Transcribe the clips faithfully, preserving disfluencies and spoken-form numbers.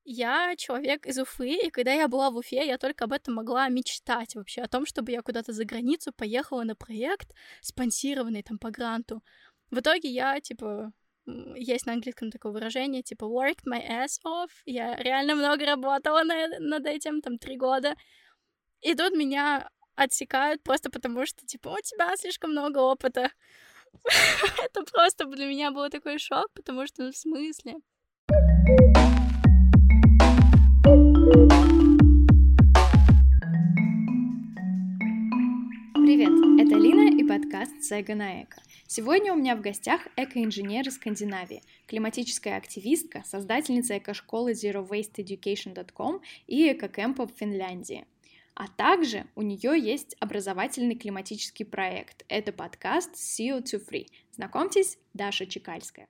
Я человек из Уфы, и когда я была в Уфе, я только об этом могла мечтать вообще, о том, чтобы я куда-то за границу поехала на проект, спонсированный там по гранту. В итоге я, типа, м, есть на английском такое выражение, типа, worked my ass off. Я реально много работала на- над этим, там, три года. И тут меня отсекают просто потому, что, типа, у тебя слишком много опыта. Это просто для меня был такой шок, потому что, ну, в смысле? Привет, это Лина и подкаст «Сэга на Эко». Сегодня у меня в гостях эко-инженер из Скандинавии, климатическая активистка, создательница эко-школы zero waste education dot com и эко-кэмпа в Финляндии. А также у нее есть образовательный климатический проект. Это подкаст си о два Free. Знакомьтесь, Даша Чекальская.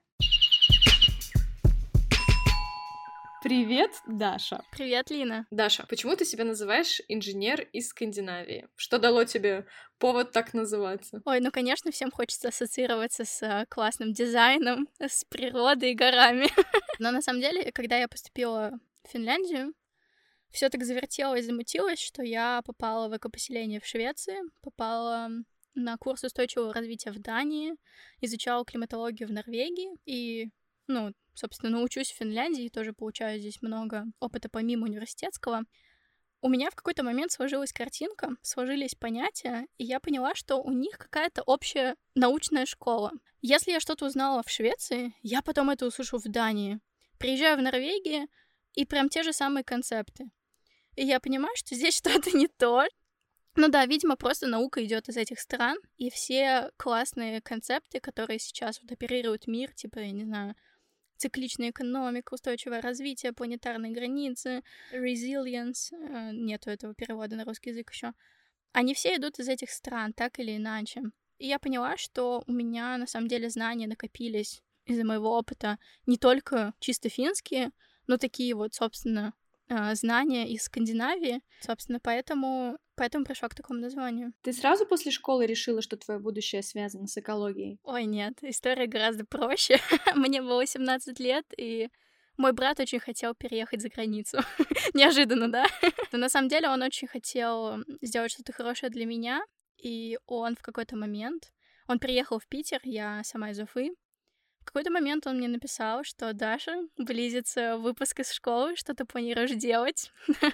Привет, Даша. Привет, Лина. Даша, почему ты себя называешь инженер из Скандинавии? Что дало тебе повод так называться? Ой, ну, конечно, всем хочется ассоциироваться с э, классным дизайном, с природой и горами. Но на самом деле, когда я поступила в Финляндию, все так завертелось, замутилось, что я попала в экопоселение в Швеции, попала на курс устойчивого развития в Дании, изучала климатологию в Норвегии и, ну, собственно, учусь в Финляндии и тоже получаю здесь много опыта помимо университетского. У меня в какой-то момент сложилась картинка, сложились понятия, и я поняла, что у них какая-то общая научная школа. Если я что-то узнала в Швеции, я потом это услышу в Дании. Приезжаю в Норвегию, и прям те же самые концепты. И я понимаю, что здесь что-то не то. Ну да, видимо, просто наука идет из этих стран, и все классные концепты, которые сейчас вот оперируют мир, типа, я не знаю, цикличная экономика, устойчивое развитие, планетарные границы, resilience, э, нету этого перевода на русский язык еще. Они все идут из этих стран, так или иначе. И я поняла, что у меня на самом деле знания накопились из-за моего опыта не только чисто финские, но такие вот, собственно, э, знания из Скандинавии. Собственно, поэтому, поэтому пришла к такому названию. Ты сразу после школы решила, что твое будущее связано с экологией? Ой, нет, история гораздо проще. Мне было семнадцать лет, и мой брат очень хотел переехать за границу. Неожиданно, да? Но на самом деле он очень хотел сделать что-то хорошее для меня, и он в какой-то момент... Он приехал в Питер, я сама из Уфы. В какой-то момент он мне написал, что Даша, близится выпуск из школы, что ты планируешь делать?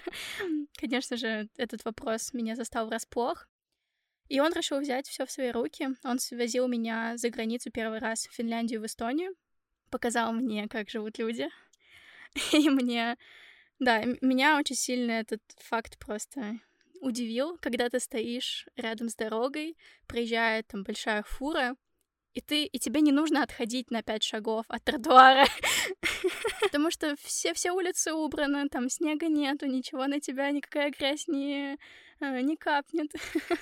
Конечно же, этот вопрос меня застал врасплох. И он решил взять все в свои руки. Он свозил меня за границу первый раз в Финляндию, в Эстонию. Показал мне, как живут люди. И мне... Да, м- меня очень сильно этот факт просто удивил, когда ты стоишь рядом с дорогой, приезжает там большая фура, и ты, и тебе не нужно отходить на пять шагов от тротуара, потому что все, все улицы убраны, там снега нету, ничего на тебя, никакая грязь не, э, не капнет.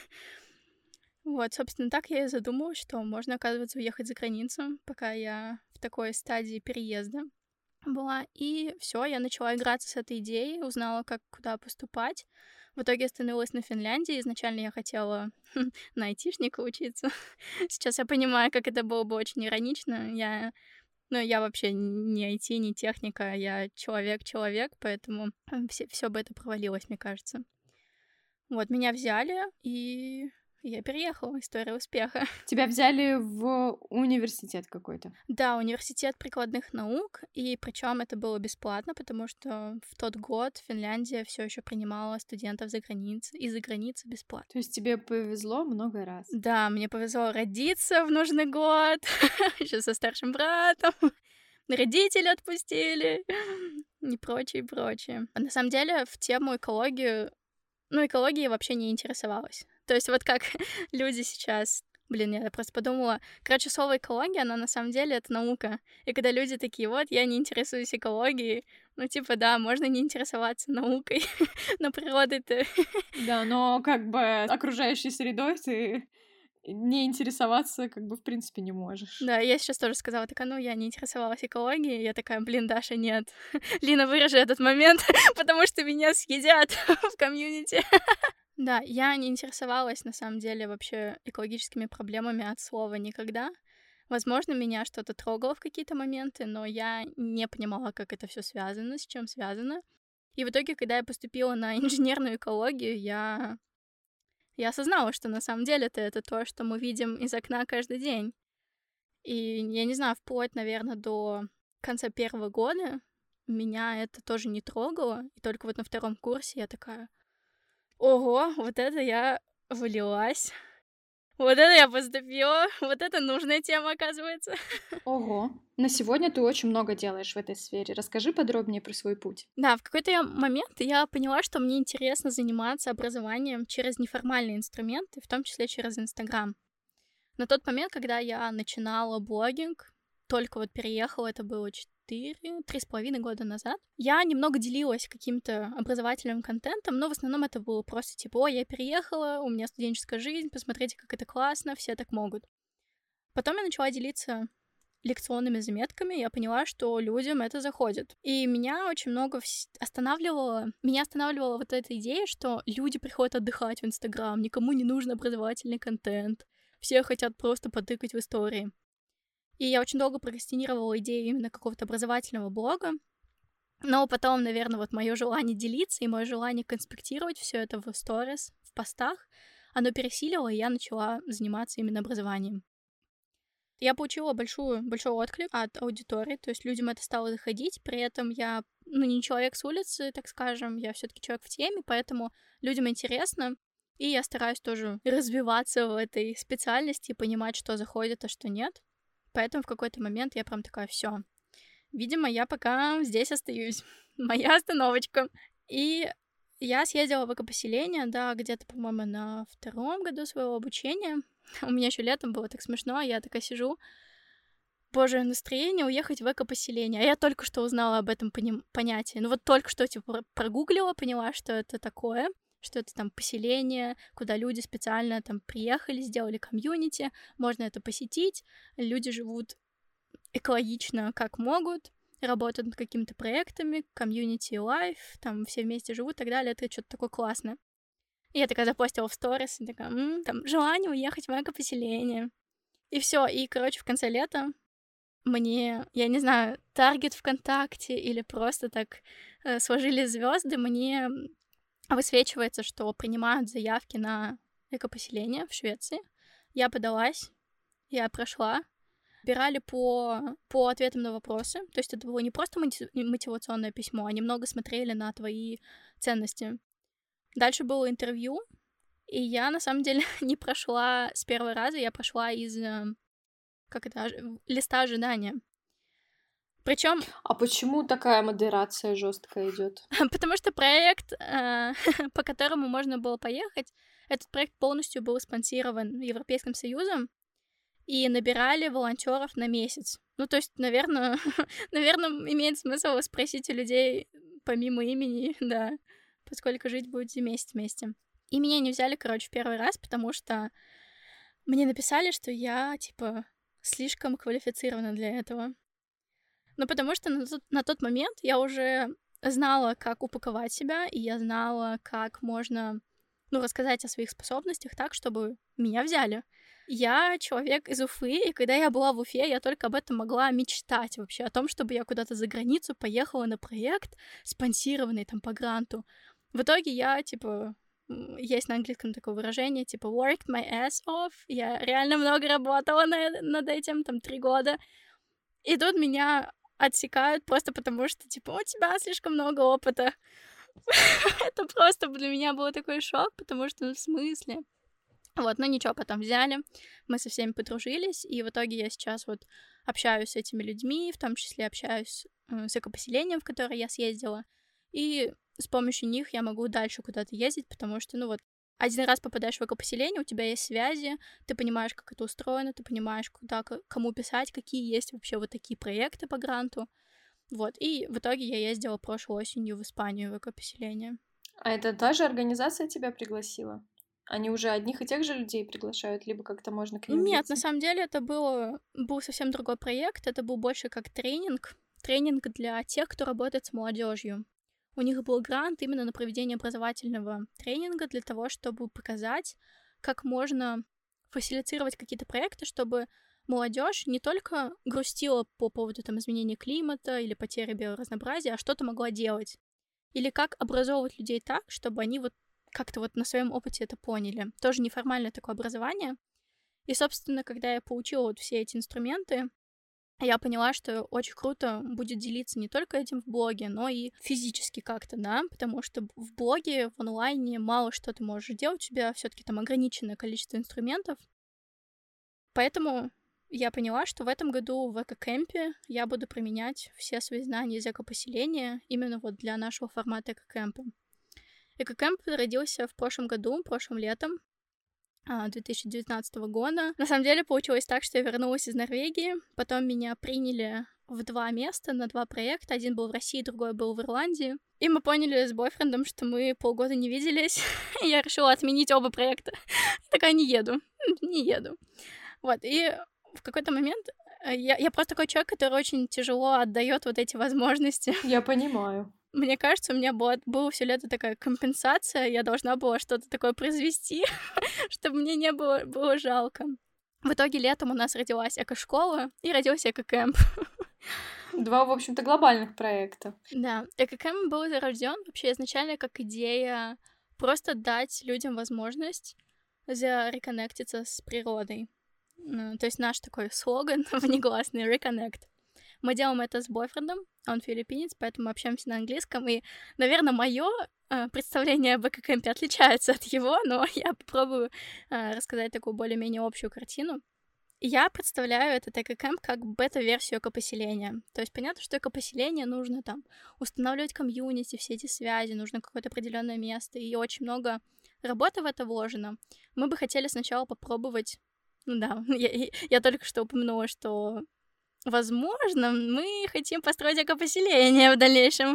Вот, собственно, так я и задумалась, что можно, оказывается, уехать за границу, пока я в такой стадии переезда была. И все, я начала играться с этой идеей, узнала, как куда поступать. В итоге остановилась на Финляндии. Изначально я хотела на айтишника учиться. Сейчас я понимаю, как это было бы очень иронично. Я, ну, я вообще не ай ти, не техника, я человек-человек, поэтому все, все бы это провалилось, мне кажется. Вот, меня взяли, и я переехала. История успеха. Тебя взяли в университет какой-то? Да, университет прикладных наук, и причем это было бесплатно, потому что в тот год Финляндия все еще принимала студентов за границей, из-за границы бесплатно. То есть тебе повезло много раз? Да, мне повезло родиться в нужный год, еще со старшим братом. Родители отпустили и прочее, прочее. А на самом деле в тему экологию, ну, экологией я вообще не интересовалась. То есть вот как люди сейчас... Блин, я просто подумала... Короче, слово экология, оно на самом деле это наука. И когда люди такие, вот, я не интересуюсь экологией, ну, типа, да, можно не интересоваться наукой, но природой-то... Да, но как бы окружающей средой ты не интересоваться как бы в принципе не можешь. Да, я сейчас тоже сказала, так, а ну, я не интересовалась экологией. Я такая, блин, Даша, нет. Лина, выражи этот момент, потому что меня съедят в комьюнити. Да, я не интересовалась, на самом деле, вообще экологическими проблемами от слова никогда. Возможно, меня что-то трогало в какие-то моменты, но я не понимала, как это все связано, с чем связано. И в итоге, когда я поступила на инженерную экологию, я, я осознала, что на самом деле это, это то, что мы видим из окна каждый день. И я не знаю, вплоть, наверное, до конца первого года меня это тоже не трогало. И только вот на втором курсе я такая: ого, вот это я влилась. Вот это я поступила, вот это нужная тема, оказывается. Ого. На сегодня ты очень много делаешь в этой сфере. Расскажи подробнее про свой путь. Да, в какой-то я момент я поняла, что мне интересно заниматься образованием через неформальные инструменты, в том числе через Инстаграм. На тот момент, когда я начинала блогинг, только вот переехала, это было четыре, три с половиной года назад, я немного делилась каким-то образовательным контентом, но в основном это было просто типа: о, я переехала, у меня студенческая жизнь, посмотрите, как это классно, все так могут. Потом я начала делиться лекционными заметками, я поняла, что людям это заходит. И меня очень много вс- останавливало, меня останавливала вот эта идея, что люди приходят отдыхать в Инстаграм, никому не нужен образовательный контент, все хотят просто потыкать в истории. И я очень долго прокрастинировала идею именно какого-то образовательного блога, но потом, наверное, вот мое желание делиться и мое желание конспектировать все это в сторис, в постах, оно пересилило, и я начала заниматься именно образованием. Я получила большую, большой отклик от аудитории, то есть людям это стало заходить, при этом я, ну, не человек с улицы, так скажем, я все-таки человек в теме, поэтому людям интересно, и я стараюсь тоже развиваться в этой специальности, понимать, что заходит, а что нет. Поэтому в какой-то момент я прям такая: все, видимо, я пока здесь остаюсь, моя остановочка. И я съездила в экопоселение, да, где-то, по-моему, на втором году своего обучения. У меня еще летом было так смешно, я такая сижу: боже, настроение уехать в экопоселение. А я только что узнала об этом поним- понятии. Ну вот только что типа прогуглила, поняла, что это такое, что это там поселение, куда люди специально там приехали, сделали комьюнити, можно это посетить, люди живут экологично как могут, работают над какими-то проектами, комьюнити лайф, там все вместе живут и так далее, это что-то такое классное. И я такая запостила в сторис, и такая: м-м, там, желание уехать в экопоселение. И все. И, короче, в конце лета мне, я не знаю, таргет ВКонтакте или просто так э, сложились звезды, мне высвечивается, что принимают заявки на экопоселение в Швеции. Я подалась, я прошла, выбирали по, по ответам на вопросы. То есть это было не просто мотив- мотивационное письмо, они много смотрели на твои ценности. Дальше было интервью, и я, на самом деле, не прошла с первого раза, я прошла из, как это, листа ожидания. Причем... А почему такая модерация жесткая идет? Потому что проект, э, по которому можно было поехать, этот проект полностью был спонсирован Европейским Союзом, и набирали волонтеров на месяц. Ну, то есть, наверное, наверное, имеет смысл спросить у людей помимо имени, да, поскольку жить будете месяц вместе. И меня не взяли, короче, в первый раз, потому что мне написали, что я, типа, слишком квалифицирована для этого. Ну, потому что на тот, на тот момент я уже знала, как упаковать себя, и я знала, как можно, ну, рассказать о своих способностях так, чтобы меня взяли. Я человек из Уфы, и когда я была в Уфе, я только об этом могла мечтать вообще, о том, чтобы я куда-то за границу поехала на проект, спонсированный там по гранту. В итоге я, типа, есть на английском такое выражение, типа, worked my ass off. Я реально много работала на, над этим, там, три года. И тут меня отсекают просто потому, что, типа, у тебя слишком много опыта. Это просто для меня был такой шок, потому что, ну, в смысле? Вот, ну ничего, потом взяли, мы со всеми подружились, и в итоге я сейчас вот общаюсь с этими людьми, в том числе общаюсь э, с экопоселением, в которое я съездила, и с помощью них я могу дальше куда-то ездить, потому что, ну вот, один раз попадаешь в экопоселение, у тебя есть связи, ты понимаешь, как это устроено, ты понимаешь, куда, кому писать, какие есть вообще вот такие проекты по гранту, вот, и в итоге я ездила прошлой осенью в Испанию в экопоселение. А это та же организация тебя пригласила? Они уже одних и тех же людей приглашают, либо как-то можно к ним Нет, влиться? на самом деле это было, был совсем другой проект. Это был больше как тренинг. Тренинг для тех, кто работает с молодежью. У них был грант именно на проведение образовательного тренинга для того, чтобы показать, как можно фасилитировать какие-то проекты, чтобы молодежь не только грустила по поводу там изменения климата или потери биоразнообразия, а что-то могла делать. Или как образовывать людей так, чтобы они вот как-то вот на своем опыте это поняли. Тоже неформальное такое образование. И, собственно, когда я получила вот все эти инструменты, я поняла, что очень круто будет делиться не только этим в блоге, но и физически как-то, да, потому что в блоге, в онлайне мало что ты можешь делать, у тебя все-таки там ограниченное количество инструментов. Поэтому я поняла, что в этом году в экокэмпе я буду применять все свои знания из экопоселения именно вот для нашего формата экокэмпа. Экокэмп родился в прошлом году, прошлым летом, две тысячи девятнадцатого года. На самом деле получилось так, что я вернулась из Норвегии, потом меня приняли в два места на два проекта. Один был в России, другой был в Ирландии. И мы поняли с бойфрендом, что мы полгода не виделись, и я решила отменить оба проекта. Такая, не еду, не еду. Вот, и в какой-то момент я, я просто такой человек, который очень тяжело отдает вот эти возможности. Я понимаю. Мне кажется, у меня была, была все лето такая компенсация, я должна была что-то такое произвести, чтобы мне не было, было жалко. В итоге летом у нас родилась эко-школа и родился эко-кэмп. Два, в общем-то, глобальных проекта. Да, эко-кэмп был зарожден вообще изначально как идея просто дать людям возможность зареконнектиться с природой. То есть наш такой слоган внегласный «Reconnect». Мы делаем это с бойфрендом, он филиппинец, поэтому мы общаемся на английском, и, наверное, мое э, представление об эко-кэмпе отличается от его, но я попробую э, рассказать такую более-менее общую картину. Я представляю этот эко-кэмп как бета-версию экопоселения. То есть понятно, что экопоселение нужно там устанавливать комьюнити, все эти связи, нужно какое-то определенное место, и очень много работы в это вложено. Мы бы хотели сначала попробовать, ну да, я, я только что упомянула, что возможно, мы хотим построить экопоселение в дальнейшем.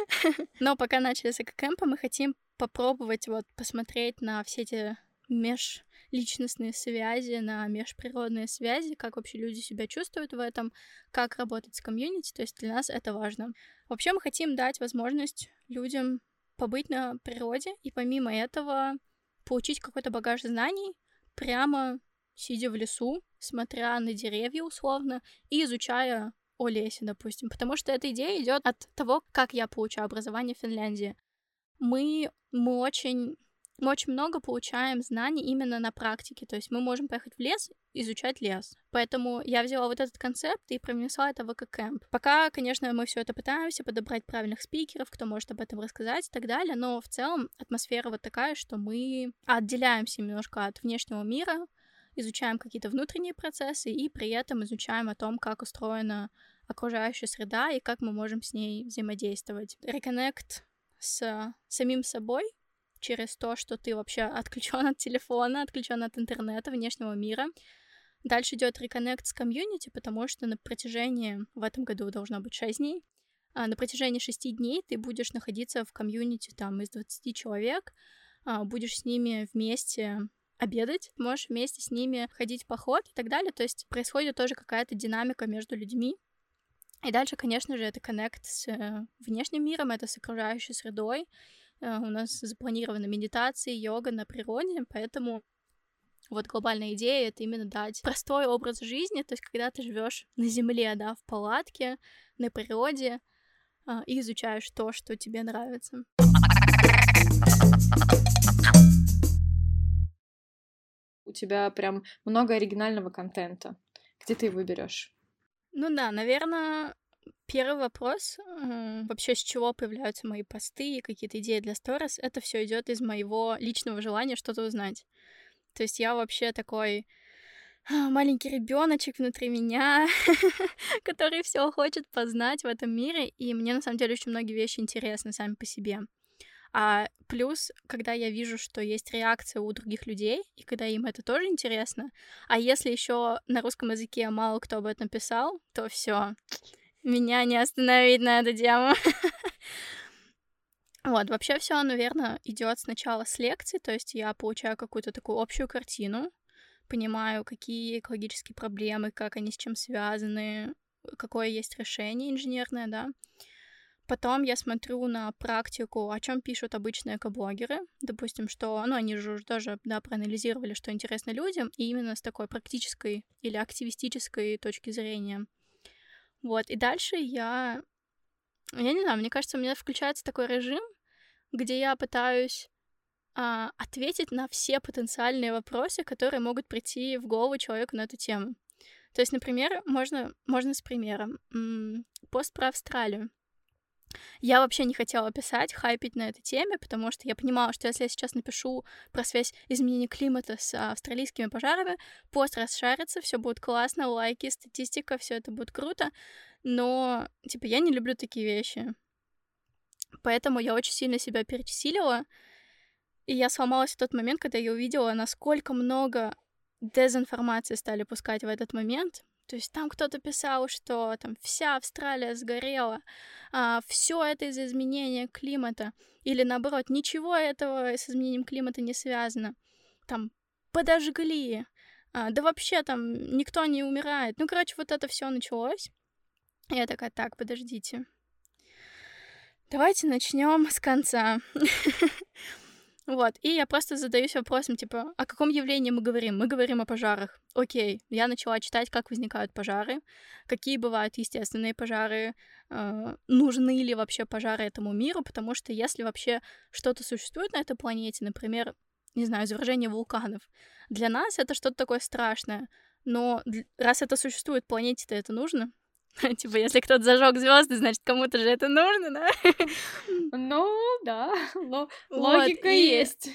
Но пока начали с экокэмпа, мы хотим попробовать вот посмотреть на все эти межличностные связи, на межприродные связи, как вообще люди себя чувствуют в этом, как работать с комьюнити, то есть для нас это важно. Вообще мы хотим дать возможность людям побыть на природе и помимо этого получить какой-то багаж знаний прямо сидя в лесу, смотря на деревья условно и изучая о лесе, допустим. Потому что эта идея идет от того, как я получаю образование в Финляндии. Мы, мы, очень, мы очень много получаем знаний именно на практике. То есть мы можем поехать в лес, изучать лес. Поэтому я взяла вот этот концепт и принесла это в эко-кэмп. Пока, конечно, мы все это пытаемся подобрать правильных спикеров, кто может об этом рассказать и так далее, но в целом атмосфера вот такая, что мы отделяемся немножко от внешнего мира, изучаем какие-то внутренние процессы и при этом изучаем о том, как устроена окружающая среда и как мы можем с ней взаимодействовать. Реконнект с самим собой через то, что ты вообще отключен от телефона, отключен от интернета, внешнего мира. Дальше идет реконнект с комьюнити, потому что на протяжении, в этом году должно быть шесть дней, а на протяжении шести дней ты будешь находиться в комьюнити там из двадцати человек, будешь с ними вместе обедать, можешь вместе с ними ходить в поход и так далее. То есть происходит тоже какая-то динамика между людьми. И дальше, конечно же, это коннект с внешним миром, это с окружающей средой. У нас запланирована медитация, йога на природе, поэтому вот глобальная идея — это именно дать простой образ жизни, то есть когда ты живешь на земле, да, в палатке, на природе, и изучаешь то, что тебе нравится. У тебя прям много оригинального контента. Где ты его берешь? Ну да, наверное, первый вопрос, э, вообще с чего появляются мои посты и какие-то идеи для сторис, это все идет из моего личного желания что-то узнать. То есть я вообще такой маленький ребеночек внутри меня, который все хочет познать в этом мире, и мне на самом деле очень многие вещи интересны сами по себе. А плюс, когда я вижу, что есть реакция у других людей, и когда им это тоже интересно, а если еще на русском языке мало кто об этом писал, то все, меня не остановить на эту тему. Вот, вообще все, наверное, идет сначала с лекций, то есть я получаю какую-то такую общую картину, понимаю, какие экологические проблемы, как они с чем связаны, какое есть решение инженерное, да. Потом я смотрю на практику, о чем пишут обычные экоблогеры. Допустим, что, ну, они же уже тоже, да, проанализировали, что интересно людям, и именно с такой практической или активистической точки зрения. Вот, и дальше я... Я не знаю, мне кажется, у меня включается такой режим, где я пытаюсь а, ответить на все потенциальные вопросы, которые могут прийти в голову человеку на эту тему. То есть, например, можно, можно с примером. М-м, пост про Австралию. Я вообще не хотела писать, хайпить на этой теме, потому что я понимала, что если я сейчас напишу про связь изменения климата с австралийскими пожарами, пост расшарится, все будет классно, лайки, статистика, все это будет круто, но, типа, я не люблю такие вещи. Поэтому я очень сильно себя пересилила, и я сломалась в тот момент, когда я увидела, насколько много дезинформации стали пускать в этот момент. То есть там кто-то писал, что там вся Австралия сгорела, а, все это из-за изменения климата, или наоборот, ничего этого с изменением климата не связано. Там подожгли, а, да вообще там никто не умирает. Ну, короче, вот это все началось. И я такая, так, подождите. Давайте начнем с конца. Вот, и я просто задаюсь вопросом, типа, о каком явлении мы говорим? Мы говорим о пожарах. Окей, я начала читать, как возникают пожары, какие бывают естественные пожары, э, нужны ли вообще пожары этому миру, потому что если вообще что-то существует на этой планете, например, не знаю, извержение вулканов, для нас это что-то такое страшное, но раз это существует, планете-то это нужно? Типа, если кто-то зажег звезды, значит, кому-то же это нужно, да? Ну, да, но логика есть.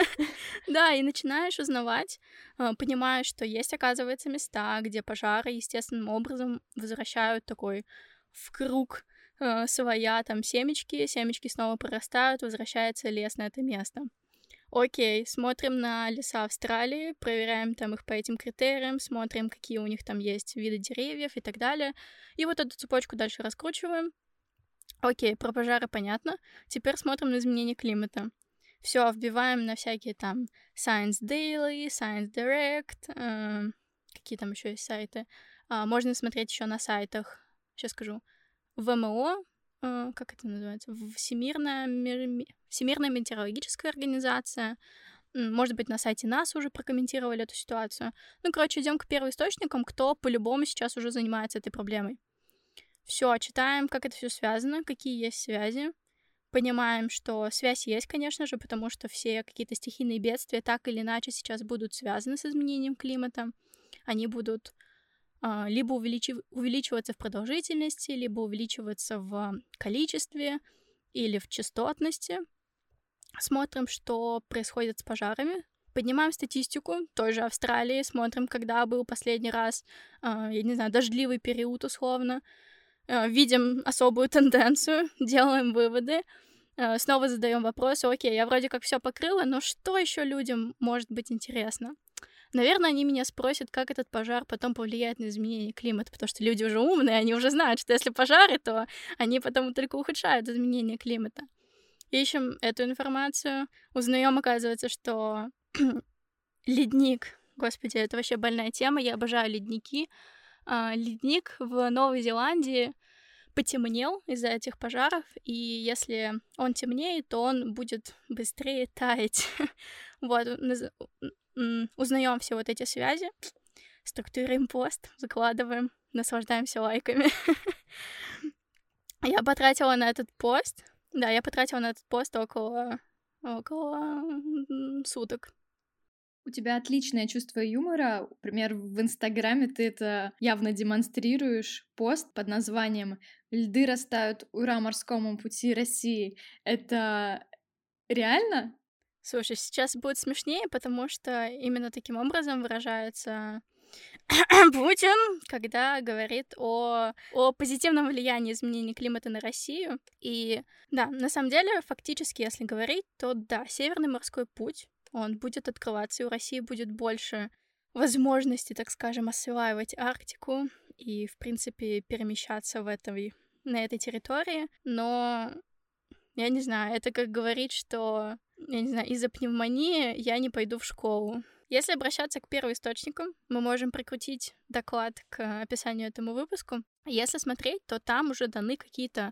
Да, и начинаешь узнавать, понимаешь, что есть, оказывается, места, где пожары естественным образом возвращают такой в круг своя там семечки, семечки снова прорастают, возвращается лес на это место. Окей, смотрим на леса Австралии, проверяем там их по этим критериям, смотрим, какие у них там есть виды деревьев и так далее. И вот эту цепочку дальше раскручиваем. Окей, про пожары понятно. Теперь смотрим на изменение климата. Все, вбиваем на всякие там Science Daily, Science Direct, э, какие там еще есть сайты. А, можно смотреть еще на сайтах, сейчас скажу, вэ эм о, э, как это называется, Всемирная, Всемирная метеорологическая организация. Может быть, на сайте НАСА уже прокомментировали эту ситуацию. Ну, короче, идем к первоисточникам, кто по-любому сейчас уже занимается этой проблемой. Все, читаем, как это все связано, какие есть связи. Понимаем, что связь есть, конечно же, потому что все какие-то стихийные бедствия так или иначе сейчас будут связаны с изменением климата. Они будут а, либо увеличив- увеличиваться в продолжительности, либо увеличиваться в количестве или в частотности. Смотрим, что происходит с пожарами. Поднимаем статистику той же Австралии, смотрим, когда был последний раз, а, я не знаю, дождливый период условно. Видим особую тенденцию, делаем выводы, снова задаем вопросы. Окей, я вроде как все покрыла, но что еще людям может быть интересно? Наверное, они меня спросят, как этот пожар потом повлияет на изменение климата, потому что люди уже умные, они уже знают, что если пожары, то они потом только ухудшают изменение климата. Ищем эту информацию, узнаем, оказывается, что ледник, господи, это вообще больная тема, я обожаю ледники. Ледник в Новой Зеландии потемнел из-за этих пожаров, и если он темнеет, то он будет быстрее таять. Вот, узнаем все вот эти связи, структурируем пост, закладываем, наслаждаемся лайками. Я потратила на этот пост, да, я потратила на этот пост около, около суток. У тебя отличное чувство юмора. Например, в Инстаграме ты это явно демонстрируешь. Пост под названием «Льды растают, ура морскому пути России». Это реально? Слушай, сейчас будет смешнее, потому что именно таким образом выражается Путин, когда говорит о, о позитивном влиянии изменения климата на Россию. И да, на самом деле, фактически, если говорить, то да, Северный морской путь, он будет открываться, и у России будет больше возможностей, так скажем, осваивать Арктику и, в принципе, перемещаться в этой, на этой территории. Но я не знаю, это как говорить, что, я не знаю, из-за пневмонии я не пойду в школу. Если обращаться к первоисточникам, мы можем прикрутить доклад к описанию этому выпуску. Если смотреть, то там уже даны какие-то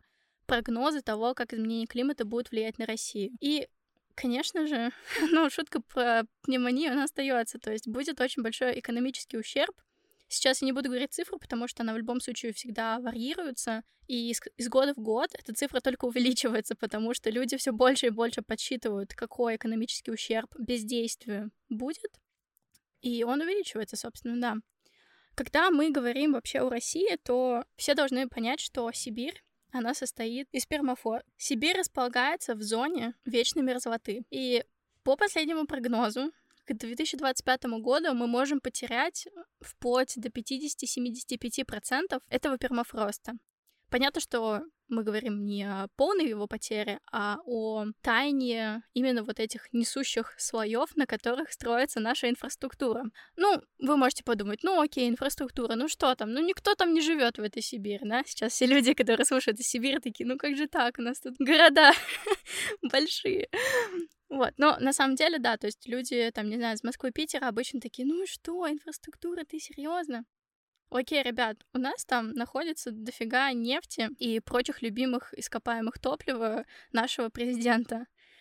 прогнозы того, как изменение климата будет влиять на Россию. И, конечно же, ну, шутка про пневмонию, она остается, то есть будет очень большой экономический ущерб. Сейчас я не буду говорить цифру, потому что она в любом случае всегда варьируется, и из, из года в год эта цифра только увеличивается, потому что люди все больше и больше подсчитывают, какой экономический ущерб бездействию будет, и он увеличивается, собственно, да. Когда мы говорим вообще о России, то все должны понять, что Сибирь, она состоит из пермафор. Сибирь располагается в зоне вечной мерзлоты, и по последнему прогнозу, к две тысячи двадцать пятому году мы можем потерять вплоть до пятьдесят-семьдесят пять процентов этого пермафроста. Понятно, что мы говорим не о полной его потере, а о таянии именно вот этих несущих слоев, на которых строится наша инфраструктура. Ну, вы можете подумать, ну окей, инфраструктура, ну что там? Ну никто там не живет в этой Сибири, да? Сейчас все люди, которые слушают из Сибири, такие, ну как же так? У нас тут города большие. Вот, но на самом деле, да, то есть люди, там, не знаю, из Москвы, Питера обычно такие, ну что, инфраструктура, ты серьезно? Окей, ребят, у нас там находится дофига нефти и прочих любимых ископаемых топлива нашего президента.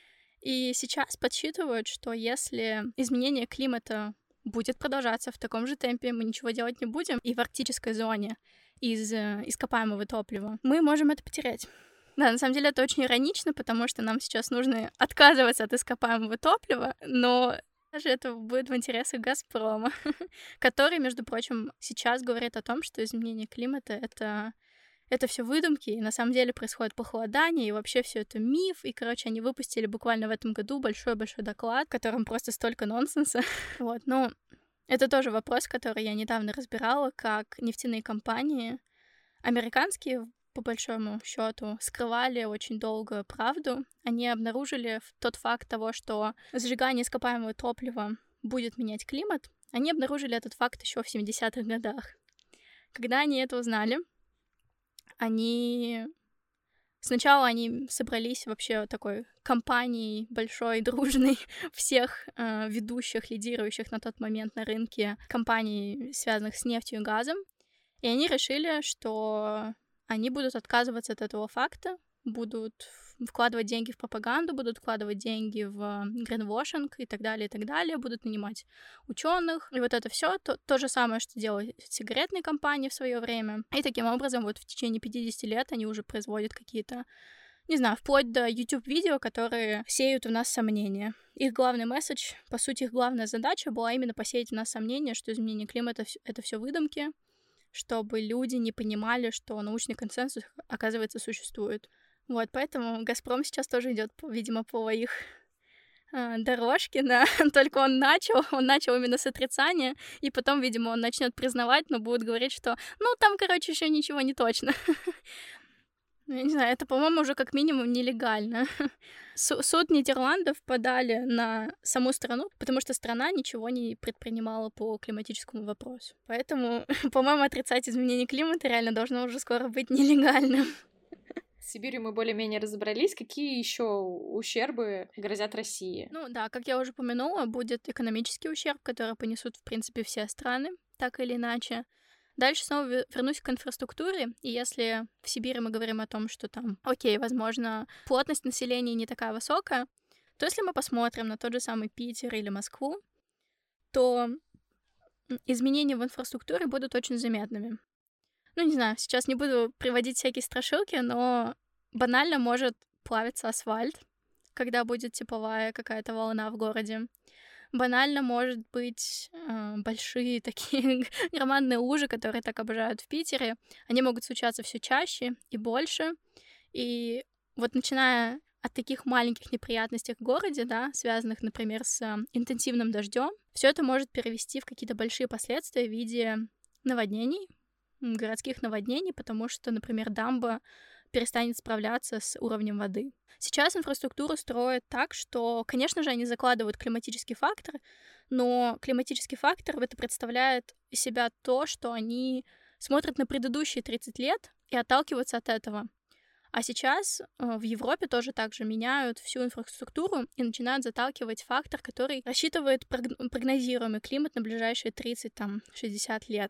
И сейчас подсчитывают, что если изменение климата будет продолжаться в таком же темпе, мы ничего делать не будем, и в арктической зоне из ископаемого топлива, мы можем это потерять. Да, на самом деле это очень иронично, потому что нам сейчас нужно отказываться от ископаемого топлива, но даже это будет в интересах Газпрома, который, между прочим, сейчас говорит о том, что изменение климата — это, это все выдумки, и на самом деле происходит похолодание, и вообще все это миф, и, короче, они выпустили буквально в этом году большой-большой доклад, в котором просто столько нонсенса. Вот, ну, это тоже вопрос, который я недавно разбирала, как нефтяные компании американские, по большому счету, скрывали очень долго правду. Они обнаружили тот факт того, что сжигание ископаемого топлива будет менять климат. Они обнаружили этот факт еще в семидесятых годах. Когда они это узнали, они... Сначала они собрались вообще такой компанией большой, дружной, всех э, ведущих, лидирующих на тот момент на рынке компаний, связанных с нефтью и газом. И они решили, что они будут отказываться от этого факта, будут вкладывать деньги в пропаганду, будут вкладывать деньги в гринвошинг и так далее, и так далее, будут нанимать ученых. И вот это все то, то же самое, что делали сигаретные компании в свое время. И таким образом вот в течение пятидесяти лет они уже производят какие-то, не знаю, вплоть до YouTube-видео, которые сеют в нас сомнения. Их главный месседж, по сути, их главная задача была именно посеять в нас сомнения, что изменение климата — это все выдумки, чтобы люди не понимали, что научный консенсус, оказывается, существует. Вот, поэтому «Газпром» сейчас тоже идет, видимо, по их э, дорожке, да, только он начал, он начал именно с отрицания, и потом, видимо, он начнет признавать, но будет говорить, что, ну, там, короче, еще ничего не точно. Я не знаю, это, по-моему, уже как минимум нелегально. Суд Нидерландов подали на саму страну, потому что страна ничего не предпринимала по климатическому вопросу. Поэтому, по-моему, отрицать изменение климата реально должно уже скоро быть нелегальным. С Сибирью мы более-менее разобрались. Какие еще ущербы грозят России? Ну да, как я уже упомянула, будет экономический ущерб, который понесут, в принципе, все страны, так или иначе. Дальше снова вернусь к инфраструктуре, и если в Сибири мы говорим о том, что там, окей, возможно, плотность населения не такая высокая, то если мы посмотрим на тот же самый Питер или Москву, то изменения в инфраструктуре будут очень заметными. Ну, не знаю, сейчас не буду приводить всякие страшилки, но банально может плавиться асфальт, когда будет тепловая какая-то волна в городе. Банально, может быть, большие такие громадные лужи, которые так обожают в Питере, они могут случаться все чаще и больше. И вот начиная от таких маленьких неприятностей в городе, да, связанных, например, с интенсивным дождем, все это может перевести в какие-то большие последствия в виде наводнений, городских наводнений, потому что, например, дамба перестанет справляться с уровнем воды. Сейчас инфраструктуру строят так, что, конечно же, они закладывают климатический фактор, но климатический фактор это представляет из себя то, что они смотрят на предыдущие тридцать лет и отталкиваются от этого. А сейчас в Европе тоже также меняют всю инфраструктуру и начинают заталкивать фактор, который рассчитывает прогнозируемый климат на ближайшие тридцать-шестьдесят лет.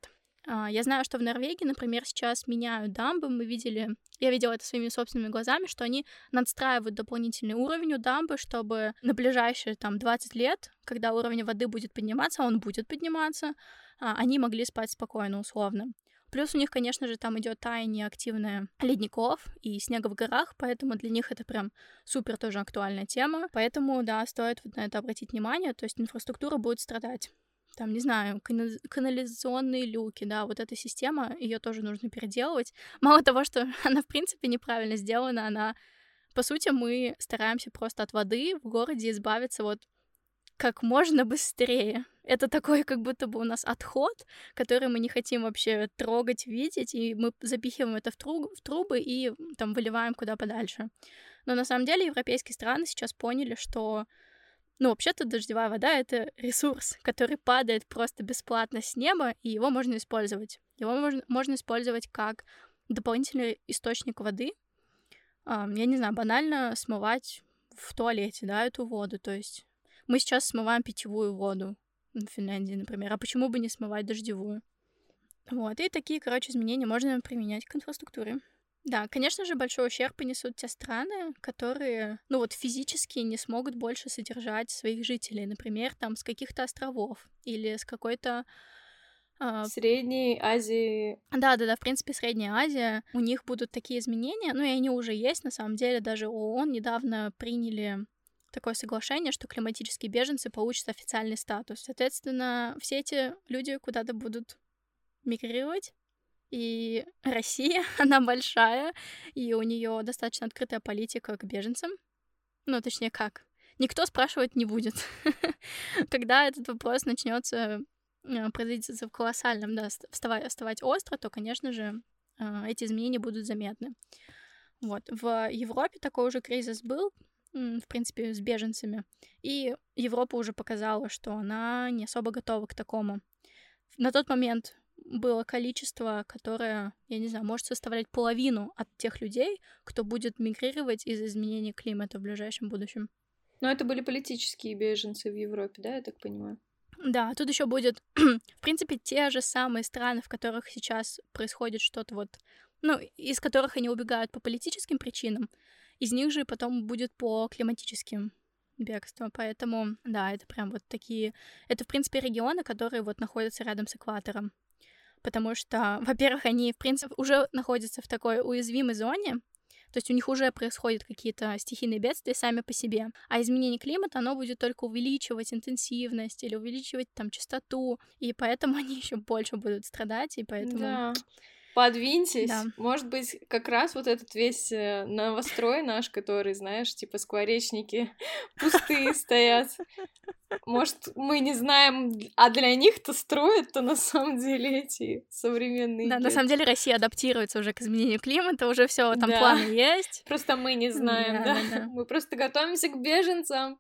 Я знаю, что в Норвегии, например, сейчас меняют дамбы. Мы видели, я видела это своими собственными глазами, что они надстраивают дополнительный уровень у дамбы, чтобы на ближайшие там двадцать лет, когда уровень воды будет подниматься, а он будет подниматься, они могли спать спокойно, условно. Плюс у них, конечно же, там идет таяние активное ледников и снега в горах, поэтому для них это прям супер тоже актуальная тема. Поэтому, да, стоит вот на это обратить внимание, то есть инфраструктура будет страдать. Там, не знаю, канализационные люки, да, вот эта система, ее тоже нужно переделывать. Мало того, что она, в принципе, неправильно сделана, она, по сути, мы стараемся просто от воды в городе избавиться вот как можно быстрее. Это такой, как будто бы у нас отход, который мы не хотим вообще трогать, видеть, и мы запихиваем это в, труб, в трубы и там выливаем куда подальше. Но на самом деле европейские страны сейчас поняли, что ну, вообще-то дождевая вода — это ресурс, который падает просто бесплатно с неба, и его можно использовать. Его можно, можно использовать как дополнительный источник воды. Я не знаю, банально смывать в туалете, да, эту воду. То есть мы сейчас смываем питьевую воду в Финляндии, например. А почему бы не смывать дождевую? Вот, и такие, короче, изменения можно применять к инфраструктуре. Да, конечно же, большой ущерб понесут те страны, которые, ну вот, физически не смогут больше содержать своих жителей, например, там, с каких-то островов или с какой-то... Э... Средней Азии. Да-да-да, в принципе, Средняя Азия, у них будут такие изменения, ну и они уже есть, на самом деле, даже ООН недавно приняли такое соглашение, что климатические беженцы получат официальный статус. Соответственно, все эти люди куда-то будут мигрировать. И Россия, она большая, и у нее достаточно открытая политика к беженцам. Ну, точнее, как? Никто спрашивать не будет. Когда этот вопрос начнется производиться в колоссальном, да, вставать, вставать остро, то, конечно же, эти изменения будут заметны. Вот. В Европе такой уже кризис был, в принципе, с беженцами, и Европа уже показала, что она не особо готова к такому. На тот момент было количество, которое, я не знаю, может составлять половину от тех людей, кто будет мигрировать из-за изменения климата в ближайшем будущем. Но это были политические беженцы в Европе, да, я так понимаю? Да, тут еще будет, в принципе, те же самые страны, в которых сейчас происходит что-то вот, ну, из которых они убегают по политическим причинам, из них же потом будет по климатическим бегствам, поэтому, да, это прям вот такие, это, в принципе, регионы, которые вот находятся рядом с экватором. Потому что, во-первых, они, в принципе, уже находятся в такой уязвимой зоне, то есть у них уже происходят какие-то стихийные бедствия сами по себе, а изменение климата, оно будет только увеличивать интенсивность или увеличивать там частоту, и поэтому они еще больше будут страдать, и поэтому... Да. Подвиньтесь. Да. Может быть, как раз вот этот весь новострой наш, который, знаешь, типа скворечники пустые стоят. Может, мы не знаем, а для них-то строят-то на самом деле эти современные Да, гетто. На самом деле Россия адаптируется уже к изменению климата, уже все там да. планы есть. Просто мы не знаем, да? да? да, да. Мы просто готовимся к беженцам.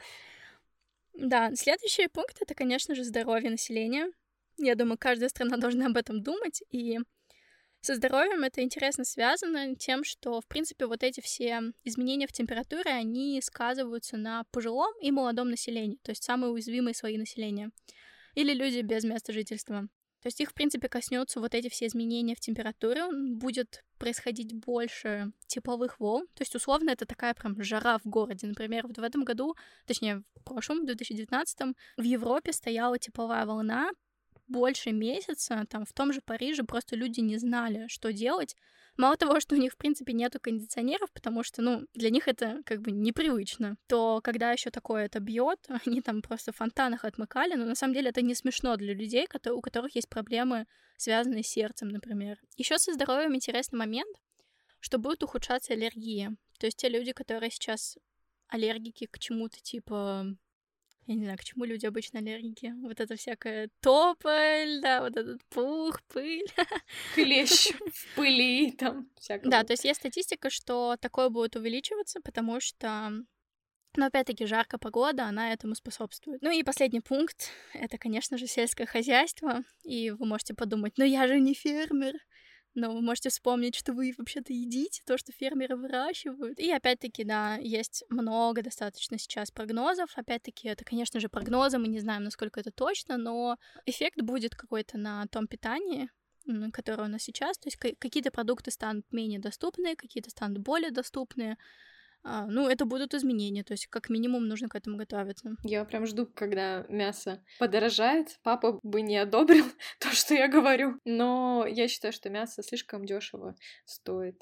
Да, следующий пункт — это, конечно же, здоровье населения. Я думаю, каждая страна должна об этом думать, и со здоровьем это интересно связано тем, что, в принципе, вот эти все изменения в температуре, они сказываются на пожилом и молодом населении, то есть самые уязвимые слои населения, или люди без места жительства. То есть их, в принципе, коснутся вот эти все изменения в температуре, будет происходить больше тепловых волн, то есть, условно, это такая прям жара в городе. Например, вот в этом году, точнее, в прошлом, в две тысячи девятнадцатом, в Европе стояла тепловая волна, больше месяца, там, в том же Париже просто люди не знали, что делать. Мало того, что у них, в принципе, нету кондиционеров, потому что, ну, для них это как бы непривычно, то когда еще такое это бьет, они там просто в фонтанах отмыкали, но на самом деле это не смешно для людей, у которых есть проблемы, связанные с сердцем, например. Еще со здоровьем интересный момент, что будет ухудшаться аллергия. То есть те люди, которые сейчас аллергики к чему-то типа... Я не знаю, к чему люди обычно аллергики. Вот это всякая тополь, да, вот этот пух, пыль. Клещ в пыли, там всякое. Да, то есть есть статистика, что такое будет увеличиваться, потому что, ну, опять-таки, жаркая погода, она этому способствует. Ну и последний пункт — это, конечно же, сельское хозяйство. И вы можете подумать, ну я же не фермер. но вы можете вспомнить, что вы вообще-то едите то, что фермеры выращивают. И опять-таки, да, есть много достаточно сейчас прогнозов. Опять-таки, это, конечно же, прогнозы, мы не знаем, насколько это точно, но эффект будет какой-то на том питании, которое у нас сейчас. То есть какие-то продукты станут менее доступны, какие-то станут более доступны. А, ну, это будут изменения, то есть как минимум нужно к этому готовиться. Я прям жду, когда мясо подорожает. Папа бы не одобрил то, что я говорю, но я считаю, что мясо слишком дешево стоит.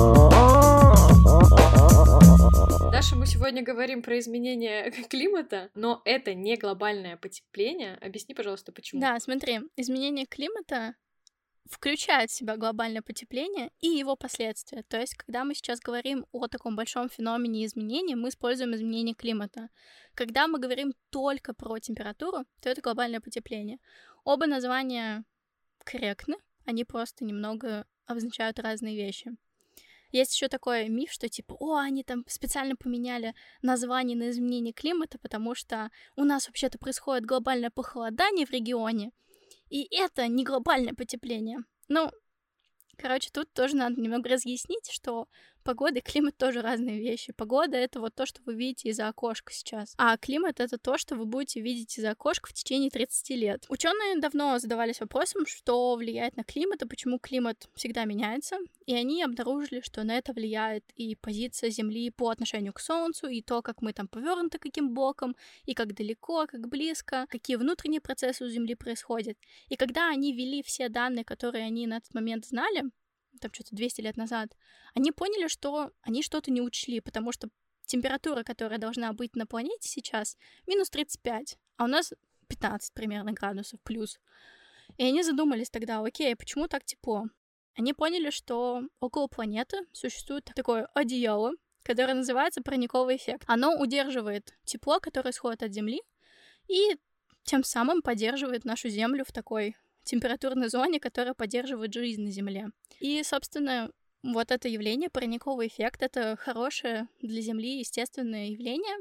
Даша, мы сегодня говорим про изменение климата, но это не глобальное потепление. Объясни, пожалуйста, почему. Да, смотри, изменение климата включает в себя глобальное потепление и его последствия. То есть, когда мы сейчас говорим о таком большом феномене изменений, мы используем изменение климата. Когда мы говорим только про температуру, то это глобальное потепление. Оба названия корректны, они просто немного обозначают разные вещи. Есть еще такой миф, что типа, о, они там специально поменяли название на изменение климата, потому что у нас вообще-то происходит глобальное похолодание в регионе, и это не глобальное потепление. Ну, короче, тут тоже надо немного разъяснить, что погода и климат тоже разные вещи. Погода — это вот то, что вы видите из-за окошка сейчас. А климат — это то, что вы будете видеть из-за окошка в течение тридцати лет. Ученые давно задавались вопросом, что влияет на климат и почему климат всегда меняется. И они обнаружили, что на это влияет и позиция Земли по отношению к Солнцу, и то, как мы там повернуты каким боком, и как далеко, как близко, какие внутренние процессы у Земли происходят. И когда они ввели все данные, которые они на этот момент знали, там что-то двести лет назад, они поняли, что они что-то не учли, потому что температура, которая должна быть на планете сейчас, минус тридцать пять, а у нас пятнадцать примерно градусов плюс. И они задумались тогда, окей, почему так тепло? Они поняли, что около планеты существует такое одеяло, которое называется парниковый эффект. Оно удерживает тепло, которое исходит от Земли, и тем самым поддерживает нашу Землю в такой температурной зоне, которая поддерживает жизнь на Земле. И, собственно, вот это явление, парниковый эффект, это хорошее для Земли естественное явление.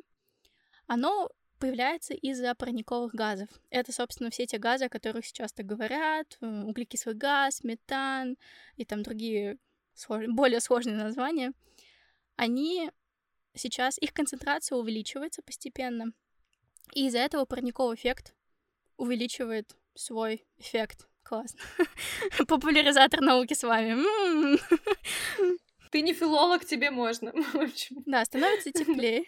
Оно появляется из-за парниковых газов. Это, собственно, все те газы, о которых сейчас так говорят, углекислый газ, метан и там другие слож... более сложные названия. Они сейчас, их концентрация увеличивается постепенно, и из-за этого парниковый эффект увеличивает свой эффект. Классно. Популяризатор науки с вами. Ты не филолог, тебе можно. Да, становится теплее.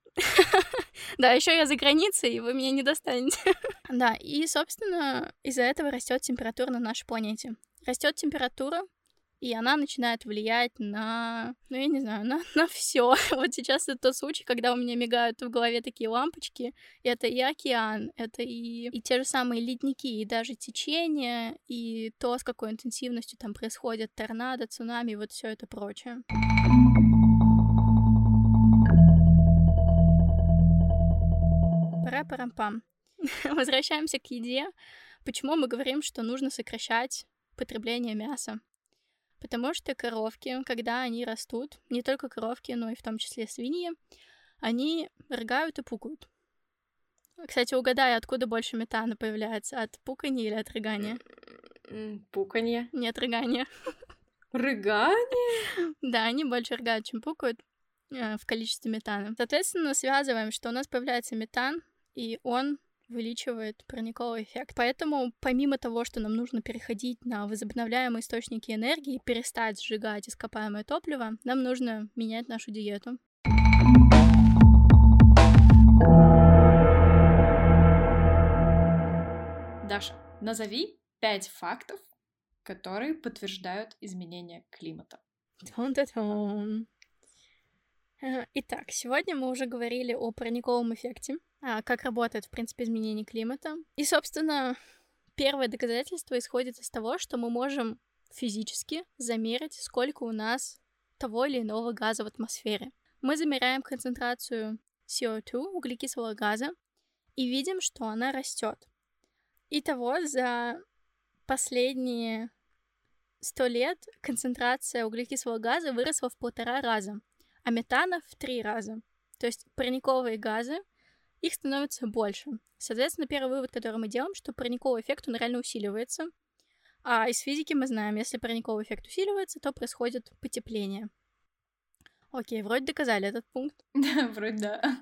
Да, еще я за границей, и вы меня не достанете. Да, и, собственно, из-за этого растет температура на нашей планете. Растет температура, и она начинает влиять на, ну, я не знаю, на, на все. Вот сейчас это тот случай, когда у меня мигают в голове такие лампочки. Это и океан, это и, и те же самые ледники, и даже течение, и то, с какой интенсивностью там происходят торнадо, цунами, вот все это прочее. Пара-парам-пам. Возвращаемся к еде. Почему мы говорим, что нужно сокращать потребление мяса? Потому что коровки, когда они растут, не только коровки, но и в том числе свиньи, они рыгают и пукают. Кстати, угадай, откуда больше метана появляется? От пуканья или от рыгания? Пуканье. Нет, рыгания. Рыгание? Да, они больше рыгают, чем пукают э, в количестве метана. Соответственно, связываем, что у нас появляется метан, и он увеличивает парниковый эффект. Поэтому, помимо того, что нам нужно переходить на возобновляемые источники энергии, перестать сжигать ископаемое топливо, нам нужно менять нашу диету. Даша, назови пять фактов, которые подтверждают изменение климата. Итак, сегодня мы уже говорили о парниковом эффекте, как работает, в принципе, изменение климата. И, собственно, первое доказательство исходит из того, что мы можем физически замерить, сколько у нас того или иного газа в атмосфере. Мы замеряем концентрацию си о два, углекислого газа, и видим, что она растет. Итого, за последние сто лет концентрация углекислого газа выросла в полтора раза, а метана в три раза. То есть парниковые газы, их становится больше. Соответственно, первый вывод, который мы делаем, что парниковый эффект, он реально усиливается. А из физики мы знаем, если парниковый эффект усиливается, то происходит потепление. Окей, вроде доказали этот пункт. Вроде да.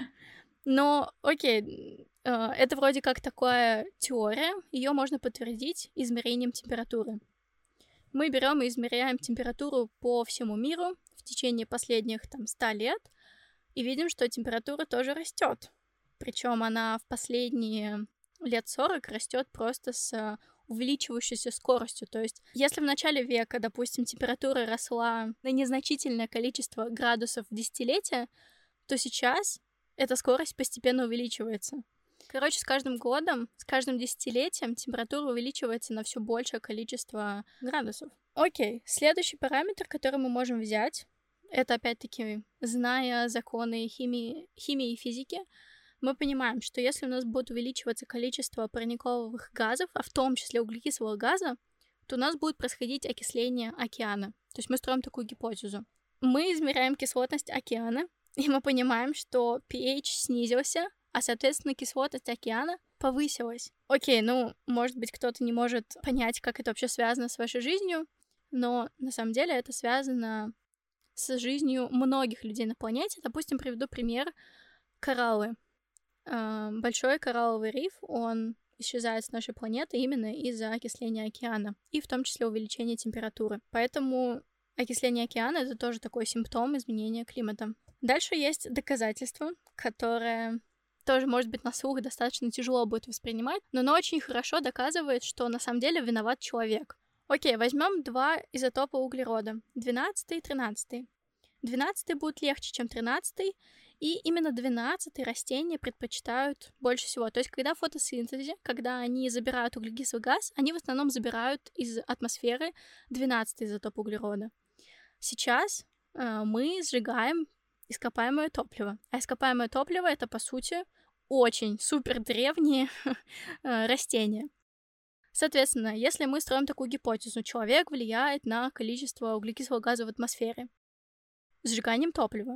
Но, окей, это вроде как такая теория, ее можно подтвердить измерением температуры. Мы берем и измеряем температуру по всему миру в течение последних там ста лет и видим, что температура тоже растет. Причем она в последние лет сорок растет просто с увеличивающейся скоростью. То есть, если в начале века, допустим, температура росла на незначительное количество градусов в десятилетие, то сейчас эта скорость постепенно увеличивается. Короче, с каждым годом, с каждым десятилетием температура увеличивается на все большее количество градусов. Окей, следующий параметр, который мы можем взять, это опять-таки, зная законы химии, химии и физики, мы понимаем, что если у нас будет увеличиваться количество парниковых газов, а в том числе углекислого газа, то у нас будет происходить окисление океана. То есть мы строим такую гипотезу. Мы измеряем кислотность океана, и мы понимаем, что pH снизился, а, соответственно, кислотность океана повысилась. Окей, ну, может быть, кто-то не может понять, как это вообще связано с вашей жизнью, но на самом деле это связано с жизнью многих людей на планете. Допустим, приведу пример кораллы. Большой коралловый риф, он исчезает с нашей планеты именно из-за окисления океана, и в том числе увеличения температуры. Поэтому окисление океана — это тоже такой симптом изменения климата. Дальше есть доказательство, которое тоже, может быть, на слух достаточно тяжело будет воспринимать, но оно очень хорошо доказывает, что на самом деле виноват человек. Окей, возьмем два изотопа углерода, двенадцатый и тринадцатый. двенадцатый будет легче, чем тринадцатый, и именно двенадцатый растения предпочитают больше всего. То есть, когда в фотосинтезе, когда они забирают углекислый газ, они в основном забирают из атмосферы двенадцатый изотоп углерода. Сейчас э, мы сжигаем ископаемое топливо. А ископаемое топливо — это, по сути, очень супер древние растения. Соответственно, если мы строим такую гипотезу, человек влияет на количество углекислого газа в атмосфере сжиганием топлива,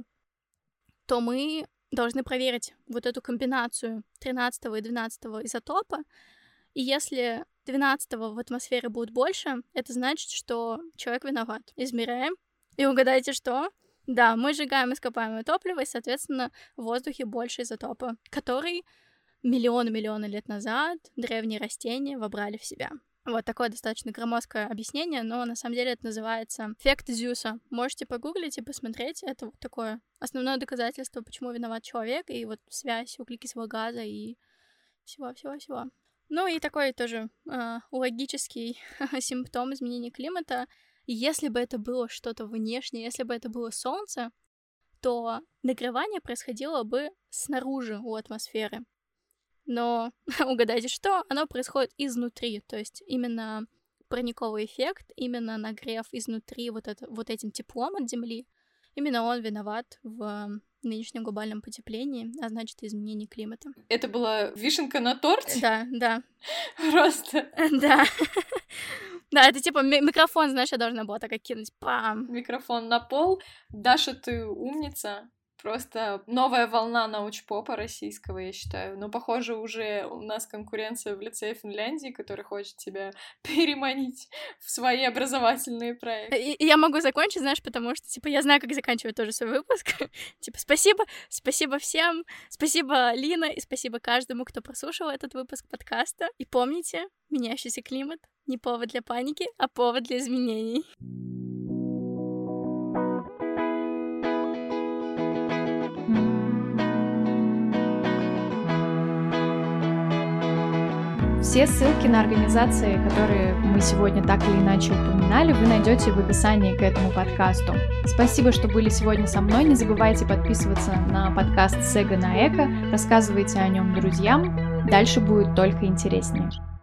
то мы должны проверить вот эту комбинацию тринадцатого и двенадцатого изотопа, и если двенадцатого в атмосфере будет больше, это значит, что человек виноват. Измеряем, и угадайте, что? Да, мы сжигаем ископаемое топливо, и, соответственно, в воздухе больше изотопа, который миллионы-миллионы лет назад древние растения вобрали в себя. Вот такое достаточно громоздкое объяснение, но на самом деле это называется эффект Зюса. Можете погуглить и посмотреть. Это вот такое основное доказательство, почему виноват человек, и вот связь углекислого газа и всего-всего-всего. Ну и такой тоже э, логический симптом изменения климата. Если бы это было что-то внешнее, если бы это было солнце, то нагревание происходило бы снаружи у атмосферы. Но угадайте что? Оно происходит изнутри, то есть именно парниковый эффект, именно нагрев изнутри вот, это, вот этим теплом от Земли, именно он виноват в нынешнем глобальном потеплении, а значит, изменении климата. Это была вишенка на торте? Да, да. Просто. Да. Да, это типа микрофон, знаешь, я должна была так кинуть. Пам! Микрофон на пол. Даша, ты умница. Просто новая волна научпопа российского, я считаю. Но, похоже, уже у нас конкуренция в лице Финляндии, который хочет тебя переманить в свои образовательные проекты. И, и я могу закончить, знаешь, потому что, типа, я знаю, как заканчивать тоже свой выпуск. Типа, спасибо, спасибо всем, спасибо, Лина, и спасибо каждому, кто прослушал этот выпуск подкаста. И помните, меняющийся климат — не повод для паники, а повод для изменений. Все ссылки на организации, которые мы сегодня так или иначе упоминали, вы найдете в описании к этому подкасту. Спасибо, что были сегодня со мной. Не забывайте подписываться на подкаст Сега на Эко, рассказывайте о нем друзьям. Дальше будет только интереснее.